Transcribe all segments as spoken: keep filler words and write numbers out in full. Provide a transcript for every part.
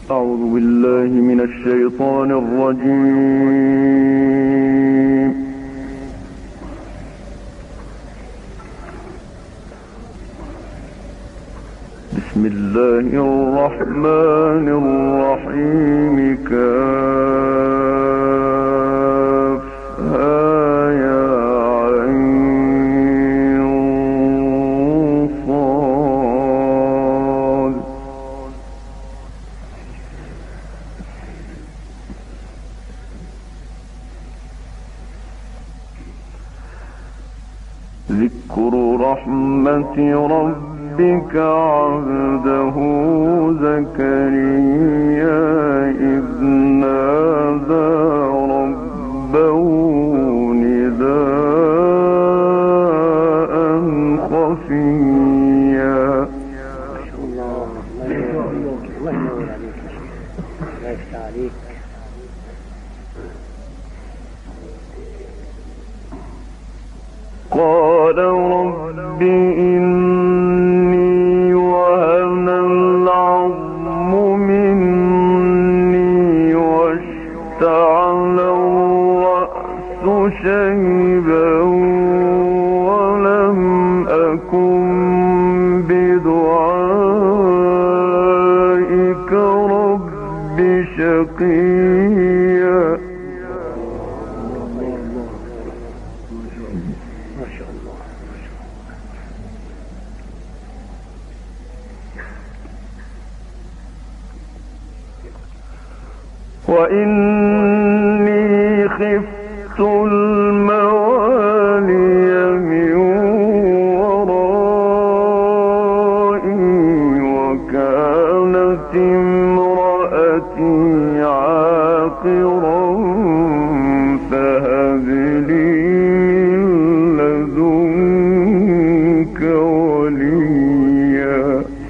أعوذ بالله من الشيطان الرجيم. بسم الله الرحمن الرحيم. كافها يا عين صاد. ذكر رحمة ربك عبده زكريا إذ نادى ربه نداء خفيا. الله ينور عليك، الله يفتح عليك. قال رب إني وهن العظم مني واشتعل الرأس شيبا ولم أكن بدعائك رب شقيا. وإني خفت الموالي من ورائي وكانت امرأتي عاقرا فهب لي من لدنك وليا.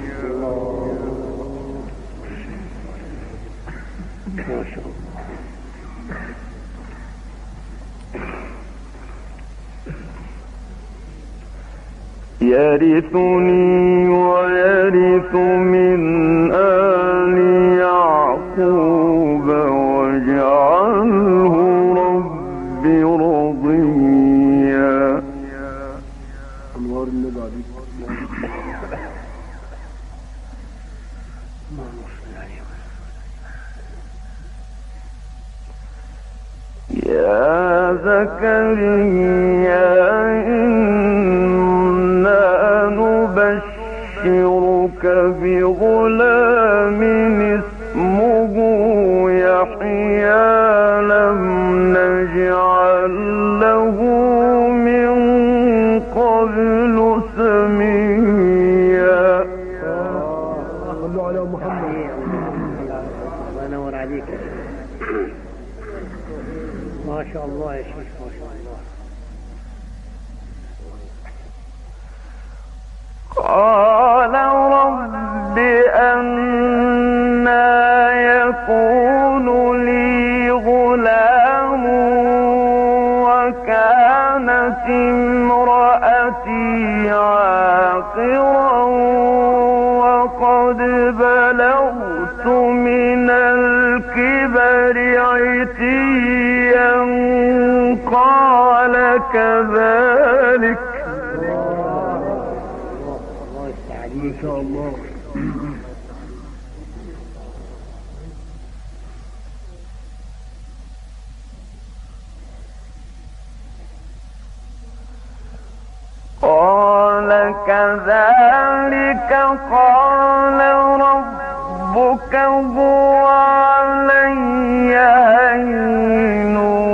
يرثني ويرث من آل يعقوب واجعله رب رضيا. أنوار النبي عليك. يا زكريا إنا نبشرك بغلام اسمه يحيى لم نجعل له من قبل سميا. صلوا على محمد. الله ينور عليك. ما شاء الله يا شيخ، ما شاء الله. قال رب أنى يكون لي غلام وكانت امرأتي عاقرا وقد بلغت من الكبر عتيا قال كذلك. ما شاء الله. قال كذلك قال ربك هو علي هين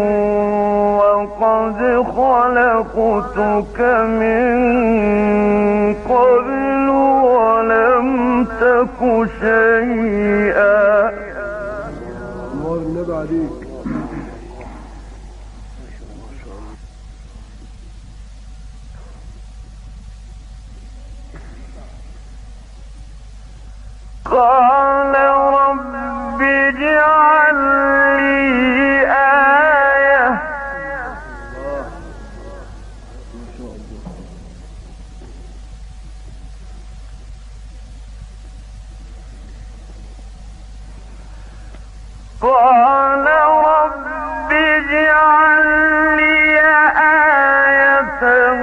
وقد خلقتك من قبل ولم تك شيئا. أنوار النبي عليك. قال رب اجعل لي آية. ما شاء الله. قال رب اجعل لي آية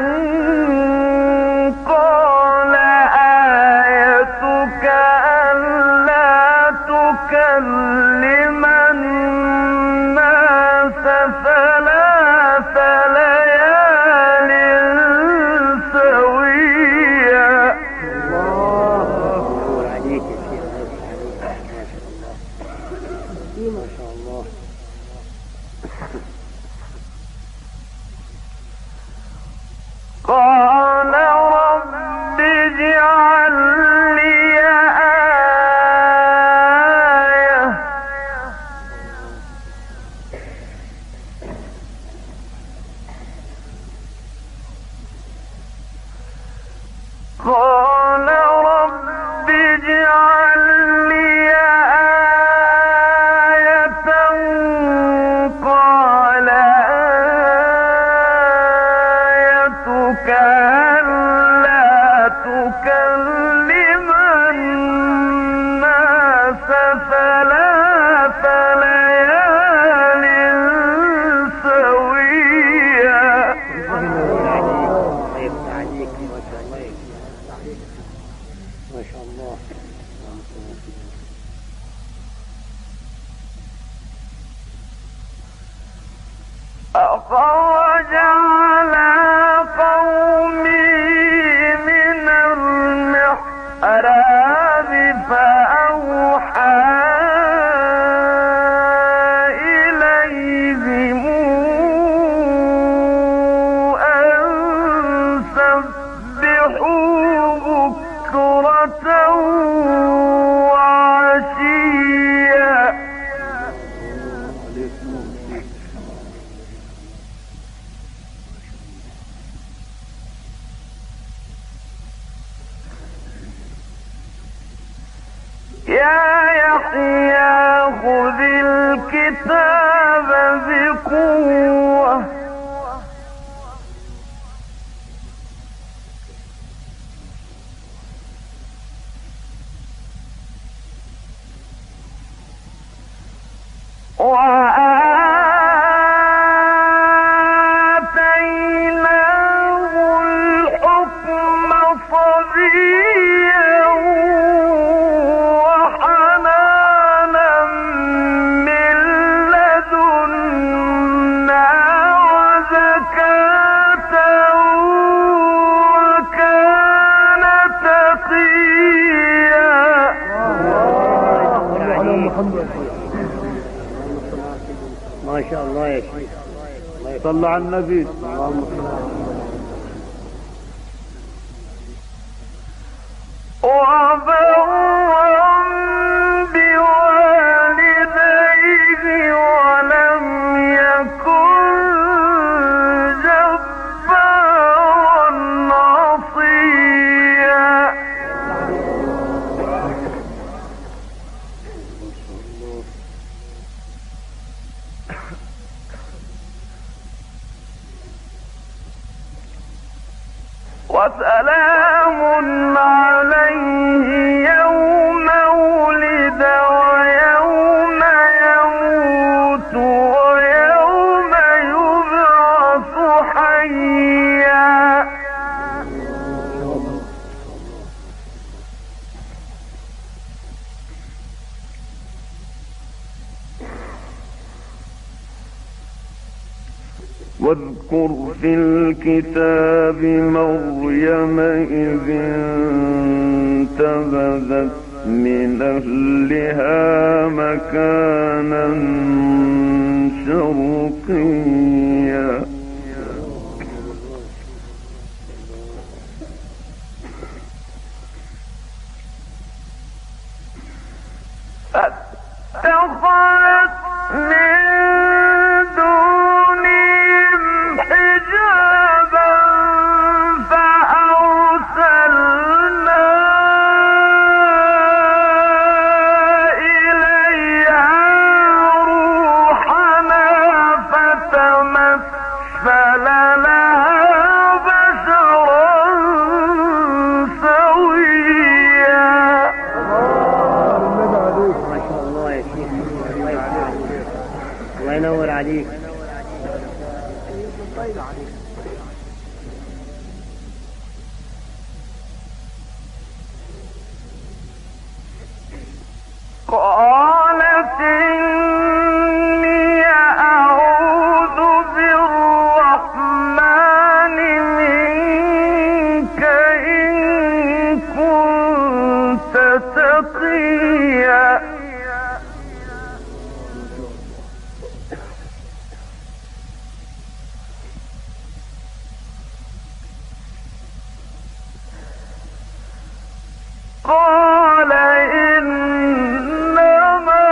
قال آيتك ألا تكلم الناس ثلاث ليال سويا. الله عليك يا شيخ، ما شاء الله. قال رب اجعل لي آية قال رب اجعل لي آية قال آيتك ألا تكلم الناس ثلاث ليال سويا. الله يفتح عليك، ما شاء الله، ما شاء الله. أخرج على قومه من المحراب فأوحى إليهم أن سبحوا بكرة وعشيا. يا يحيى خذ الكتاب بقوة وآتيناه الحكم صبيا وحنانا من لدنا وزكاة وكان تقيا. على محمد. ما شاء الله يا شيخ، صلى على النبي. اللهم صل على وبرا بوالديه ولم يكن جبارا عصيا. وسلام عليه يوم ولد ويوم يموت ويوم يبعث حيا. واذكر في الكتاب مريم إذ انتبذت من أهلها مكانا شرقيا. فاتخذت من دونهم حجابا فأرسلنا إليها روحنا فتمثل لها بشرا سويا. النبي عليك. ما شاء الله يا شيخ، الله يفتح عليك. الله ينور عليك. قالت إني أعوذ بالرحمن منك إن كنت تقيا. قال إنما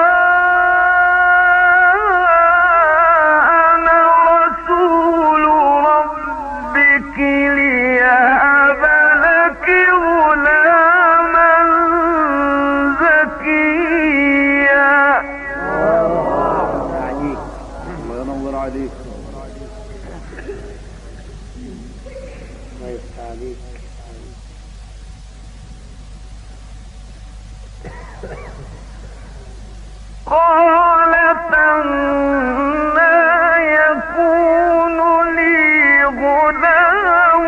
أنا رسول ربك ليهب لك غلاما زكيا. عليك. الله ينور عليك. الله يفتح عليك. قالت أنى يكون لي غلام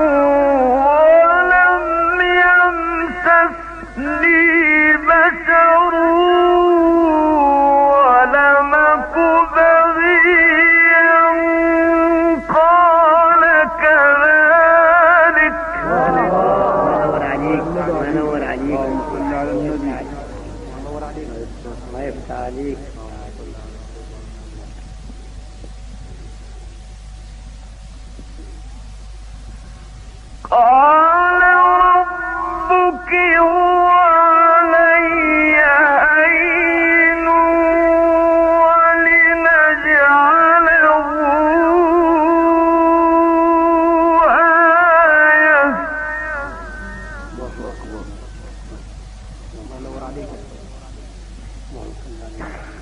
ولم يمسسني بشر ولم أك بغيا. قال كذلك. الله ينور عليك. الله ينور عليك. اللهم صل على النبي. الله يفتح عليك. قال ربك هو علي هين ولنجعله آية. الله أكبر. الله ينور عليك. اللهم صل عليه.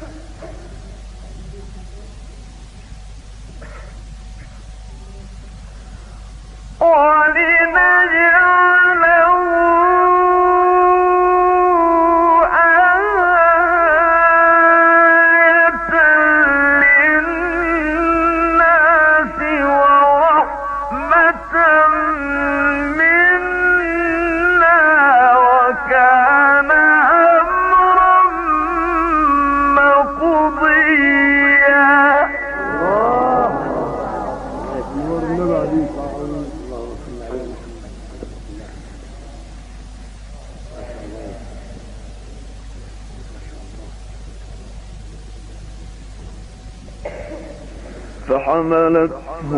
ولنجعله آية للناس ورحمة منا وكان أمرا مقضيا. نور النبي عليك. اللهم صل عليه. فحملته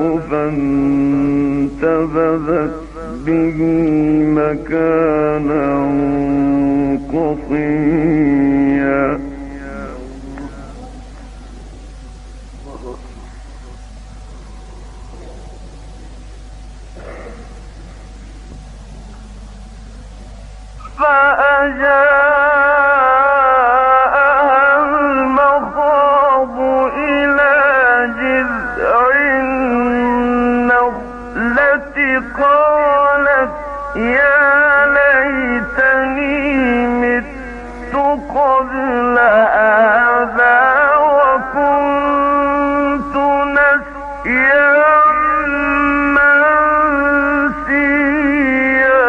فانتبذت به مكانا قصيا. فأجاءها المخاض إلى جذع النخلة قالت يا ليتني مت قبل هذا وكنت نسيا منسيا.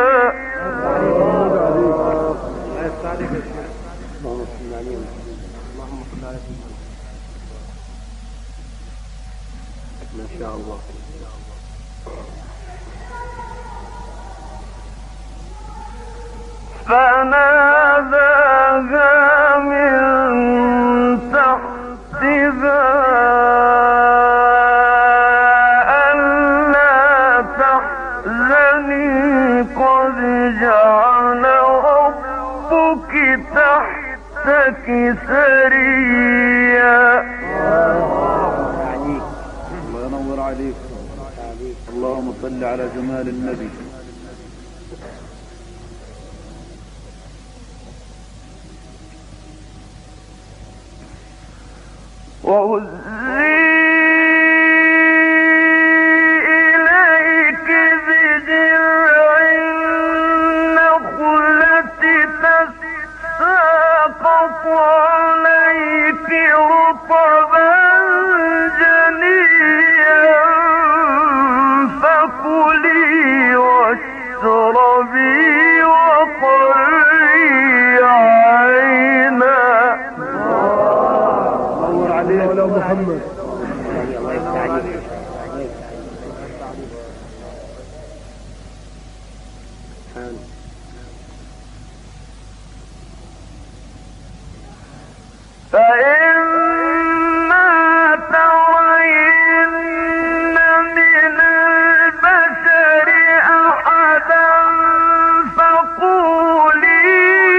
اللهم صل عليه. اللهم صل على سيدنا. ما شاء الله. فناداها من تحتها ألا تحزني قد جعل ربك تحتك سريا. عليك. الله ينور عليك. عليك. اللهم صل على جمال النبي. وهزي إليك بجذع النخلة تساقط عليك رطبا محمد. الله يفتح عليك. فإما ترين من البشر أحدا فقولي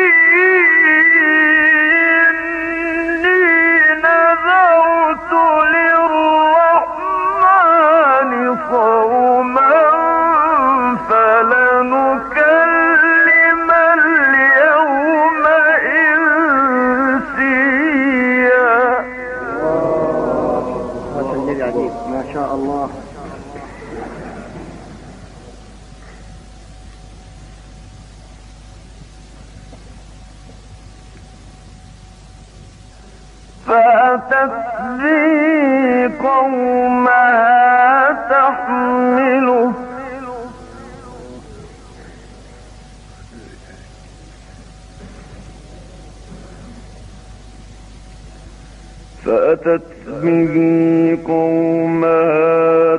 إني نذرت للرحمن صوما فلنكلم اليوم إنسيا. ما شاء الله. فأتت به قومها تحمله فأتت به قومها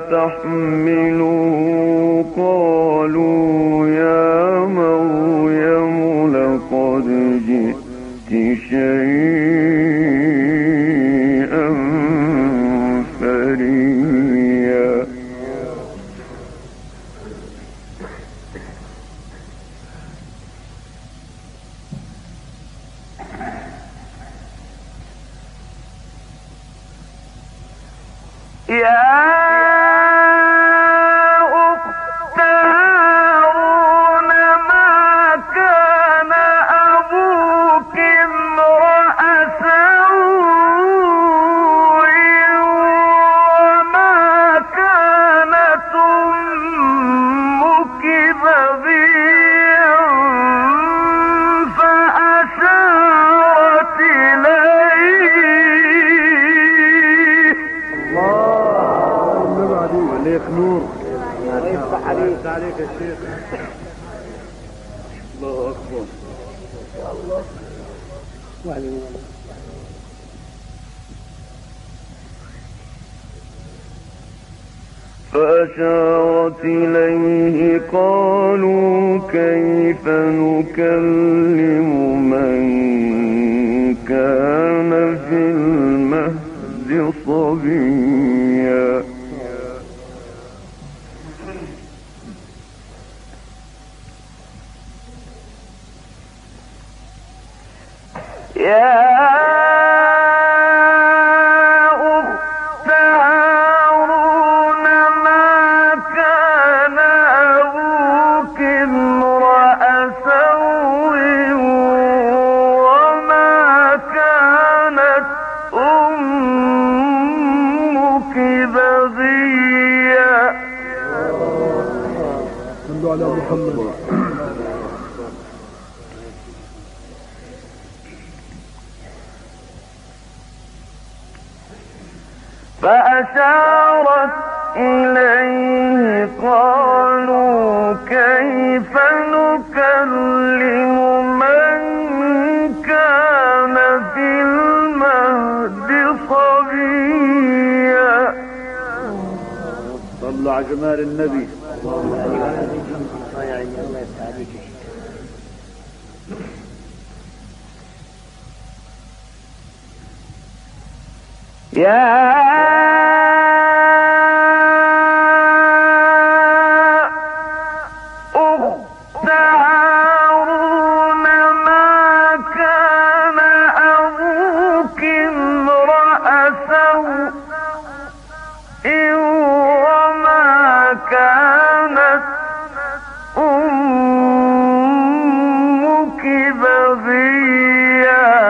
تحمله قالوا يا مريم لقد جئت شيئا فريا. يا أخت هارون ما كان أبوك امرأ سوء وما كانت أمك بغيا فأشارت إليه. عليك نور. الله يفتح عليك. عليك يا شيخ. الله أكبر. فأشارت إليه قالوا كيف نكلم من كان في المهد صبيا. يا أخت هارون ما كان أبوك امرأ سوء وما كانت أمك بغيا. صلوا على محمد. فأشارت إليه قالوا كيف نكلم من كان في المهد صبيا. صلوا على جمال النبي. الله يفتح عليك. يا أخت هارون ما كان أبوك امرأ سوء وما كانت أمك بغيا.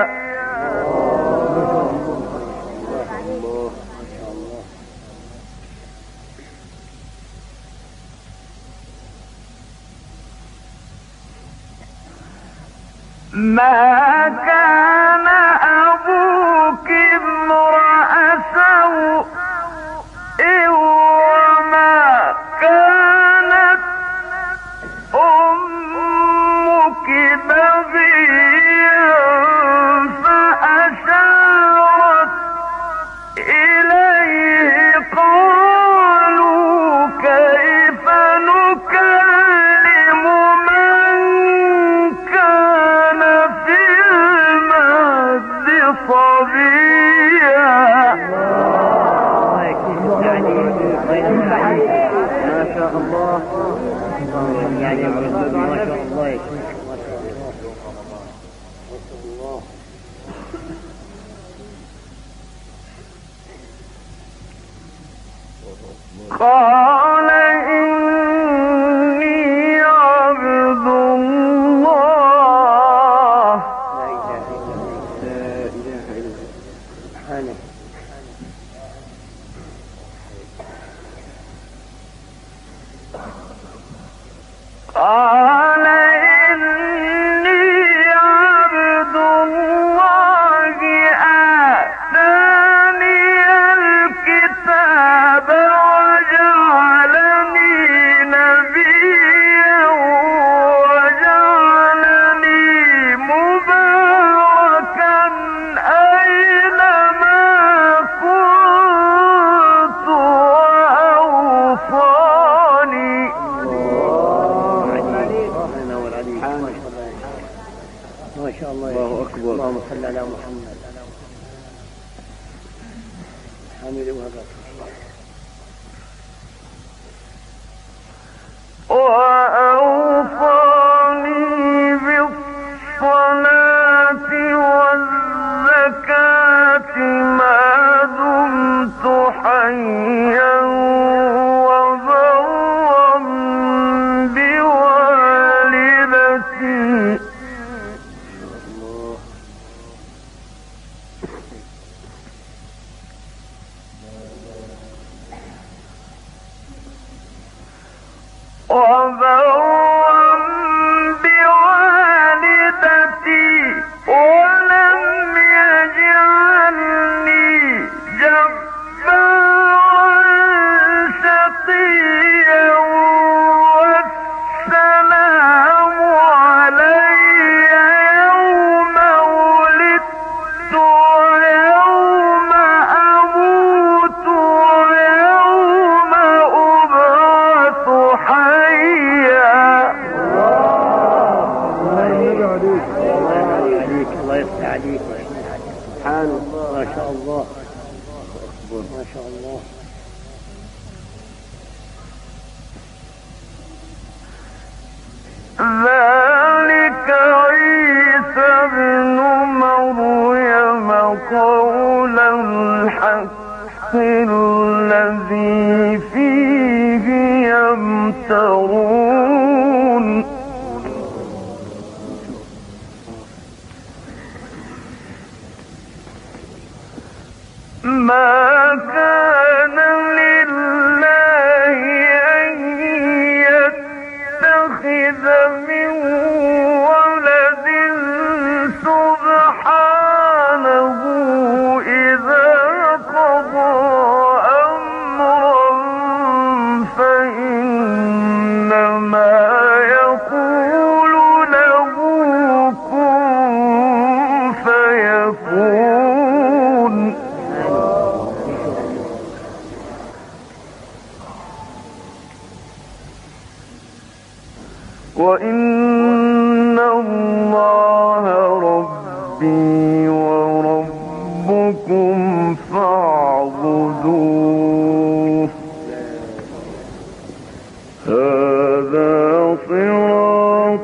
ما كان أبوك امرأ سوء وما كانت أمك بغيا فأشارت إليه صبيا. الله يكفيك التعليم. ما شاء الله. يعني ما شاء الله يكفيك. قال إني عبد الله. لا إله إلا الله. سبحانه. قال إني عبد الله آتاني الكتاب وجعلني نبيا وجعلني مباركا أينما كنت وأوصاني. ما شاء الله. الله أكبر. اللهم صل على محمد. حامد وهبك. وأوصاني بالصلاة والزكاة ما دمت حيا وبرا بوالدتي. وبرا بوالدتي ولم يجعلني جبارا شقيا والسلام علي يوم ولدت ويوم أموت ويوم أبعث حيا. الله يفتح عليك. سبحانه. ما شاء الله. ما شاء الله. ذلك عيسى ابن مريم قول الحق الذي فيه يمترون. ما كان لله أن يتخذ من ولد سبحانه إذا قضى أمرا فإنما يقول له كن فيكون. وإن الله ربي وربكم فاعبدوه هذا صراط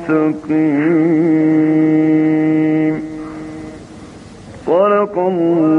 مستقيم. صدق الله